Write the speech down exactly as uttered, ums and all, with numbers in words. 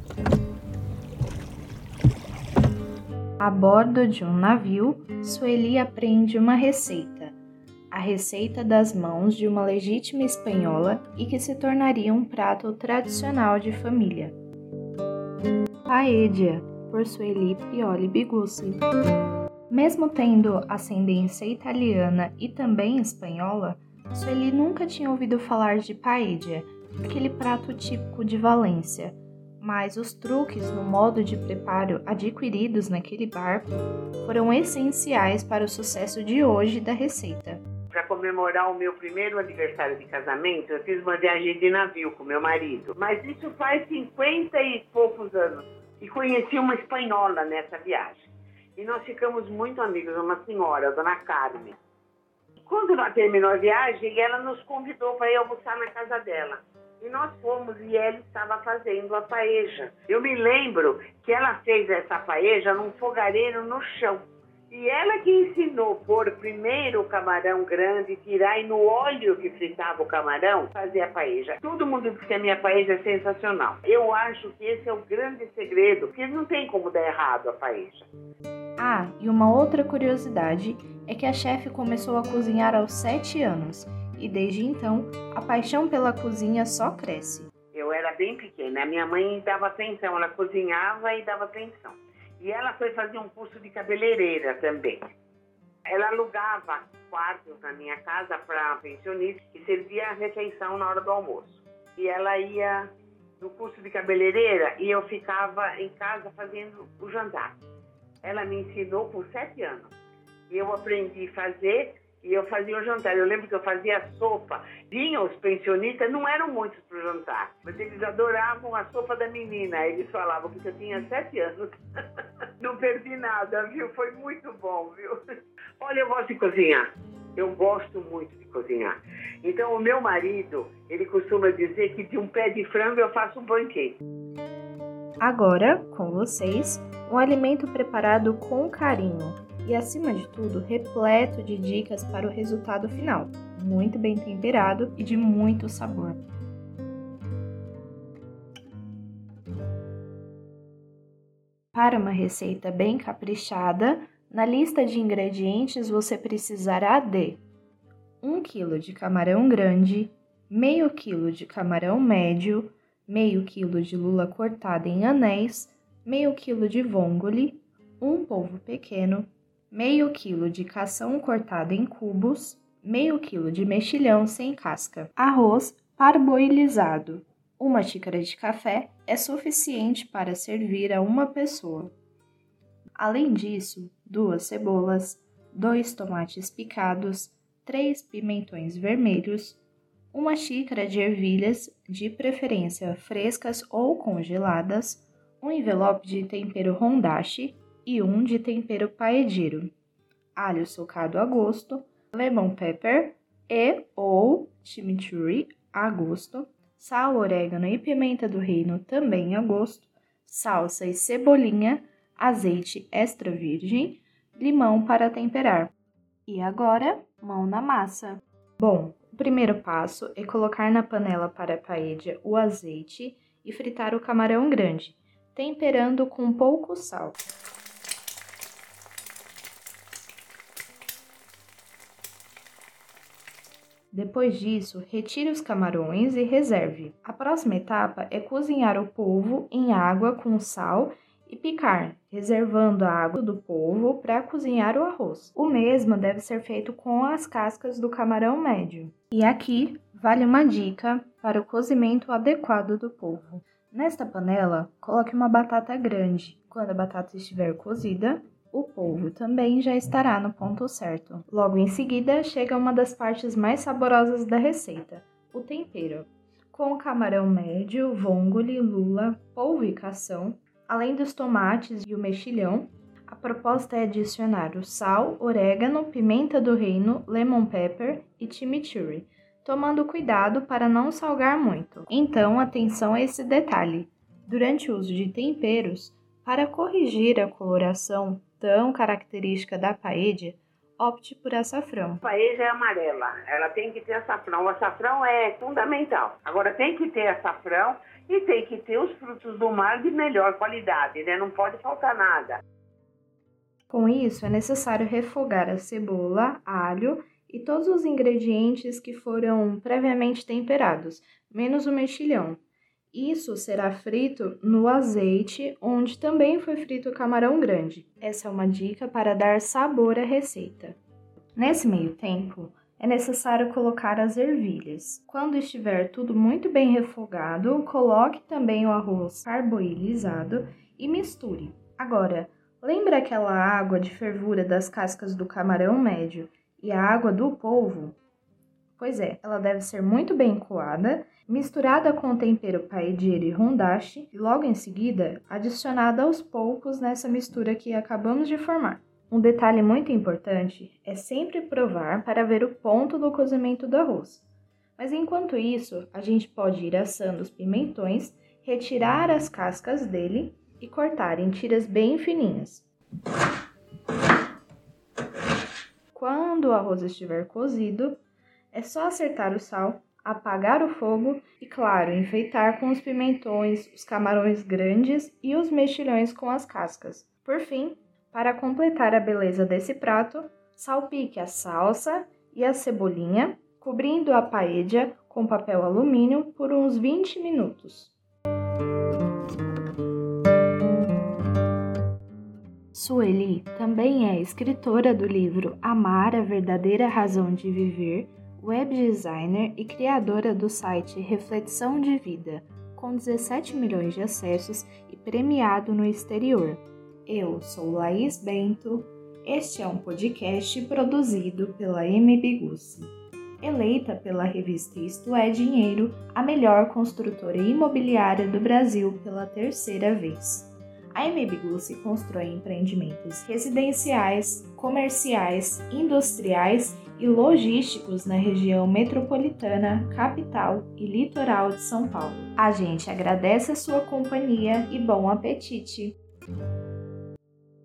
A bordo de um navio, Sueli aprende uma receita, a receita das mãos de uma legítima espanhola e que se tornaria um prato tradicional de família. Paella, por Sueli Prioli Biguzzi. Mesmo tendo ascendência italiana e também espanhola, Sueli nunca tinha ouvido falar de paella, aquele prato típico de Valência, mas os truques no modo de preparo adquiridos naquele barco foram essenciais para o sucesso de hoje da receita. Para comemorar o meu primeiro aniversário de casamento, eu fiz uma viagem de navio com meu marido, mas isso faz cinquenta e poucos anos, e conheci uma espanhola nessa viagem. E nós ficamos muito amigos, uma senhora, a dona Carmen. Quando ela terminou a viagem, ela nos convidou para ir almoçar na casa dela. E nós fomos e ela estava fazendo a paella. Eu me lembro que ela fez essa paella num fogareiro no chão. E ela que ensinou a pôr primeiro o camarão grande, tirar e no óleo que fritava o camarão, fazer a paella. Todo mundo diz que a minha paella é sensacional. Eu acho que esse é o grande segredo, porque não tem como dar errado a paella. Ah, e uma outra curiosidade é que a chefe começou a cozinhar aos sete anos e desde então a paixão pela cozinha só cresce. Eu era bem pequena, a minha mãe dava atenção, ela cozinhava e dava atenção. E ela foi fazer um curso de cabeleireira também. Ela alugava quartos na minha casa para pensionistas e servia a refeição na hora do almoço. E ela ia no curso de cabeleireira e eu ficava em casa fazendo o jantar. Ela me ensinou com sete anos. E eu aprendi a fazer e eu fazia o jantar. Eu lembro que eu fazia sopa. Vinham os pensionistas, não eram muitos para o jantar, mas eles adoravam a sopa da menina. Eles falavam que eu tinha sete anos. Não perdi nada, viu? Foi muito bom, viu? Olha, eu gosto de cozinhar. Eu gosto muito de cozinhar. Então, o meu marido, ele costuma dizer que de um pé de frango eu faço um banquete. Agora, com vocês, um alimento preparado com carinho e, acima de tudo, repleto de dicas para o resultado final, muito bem temperado e de muito sabor. Para uma receita bem caprichada, na lista de ingredientes você precisará de um quilo de camarão grande, meio quilo de camarão médio, meio quilo de lula cortada em anéis, meio quilo de vongole, um polvo pequeno, meio quilo de cação cortada em cubos, meio quilo de mexilhão sem casca, arroz parboilizado. Uma xícara de café é suficiente para servir a uma pessoa. Além disso, duas cebolas, dois tomates picados, três pimentões vermelhos, uma xícara de ervilhas, de preferência frescas ou congeladas, um envelope de tempero hondashi e um de tempero paedeiro, alho socado a gosto, lemon pepper e ou chimichurri a gosto, sal, orégano e pimenta do reino também a gosto, salsa e cebolinha, azeite extra virgem, limão para temperar. E agora, mão na massa. Bom, o primeiro passo é colocar na panela para a paella o azeite e fritar o camarão grande, temperando com pouco sal. Depois disso, retire os camarões e reserve. A próxima etapa é cozinhar o polvo em água com sal e picar, reservando a água do polvo para cozinhar o arroz. O mesmo deve ser feito com as cascas do camarão médio. E aqui vale uma dica para o cozimento adequado do polvo. Nesta panela, coloque uma batata grande. Quando a batata estiver cozida, o polvo também já estará no ponto certo. Logo em seguida, chega uma das partes mais saborosas da receita, o tempero. Com o camarão médio, vongole, lula, polvo e cação, além dos tomates e o mexilhão, a proposta é adicionar o sal, orégano, pimenta do reino, lemon pepper e chimichurri, tomando cuidado para não salgar muito. Então, atenção a esse detalhe. Durante o uso de temperos, para corrigir a coloração tão característica da paella, opte por açafrão. A paella é amarela, ela tem que ter açafrão. O açafrão é fundamental. Agora tem que ter açafrão e tem que ter os frutos do mar de melhor qualidade, né? Não pode faltar nada. Com isso, é necessário refogar a cebola, alho e todos os ingredientes que foram previamente temperados, menos o mexilhão. Isso será frito no azeite, onde também foi frito o camarão grande. Essa é uma dica para dar sabor à receita. Nesse meio tempo, é necessário colocar as ervilhas. Quando estiver tudo muito bem refogado, coloque também o arroz carboilizado e misture. Agora, lembra aquela água de fervura das cascas do camarão médio e a água do polvo? Pois é, ela deve ser muito bem coada, misturada com o tempero paedeiro e hondashi e logo em seguida adicionada aos poucos nessa mistura que acabamos de formar. Um detalhe muito importante é sempre provar para ver o ponto do cozimento do arroz. Mas enquanto isso, a gente pode ir assando os pimentões, retirar as cascas dele e cortar em tiras bem fininhas. Quando o arroz estiver cozido, é só acertar o sal, apagar o fogo e, claro, enfeitar com os pimentões, os camarões grandes e os mexilhões com as cascas. Por fim, para completar a beleza desse prato, salpique a salsa e a cebolinha, cobrindo a paella com papel alumínio por uns vinte minutos. Sueli também é escritora do livro Amar, a Verdadeira Razão de Viver, web designer e criadora do site Reflexão de Vida, com dezessete milhões de acessos e premiado no exterior. Eu sou Laís Bento, este é um podcast produzido pela M. Bigucci. Eleita pela revista Isto é Dinheiro, a melhor construtora imobiliária do Brasil pela terceira vez. A M. Bigucci constrói empreendimentos residenciais, comerciais, industriais e logísticos na região metropolitana, capital e litoral de São Paulo. A gente agradece a sua companhia e bom apetite!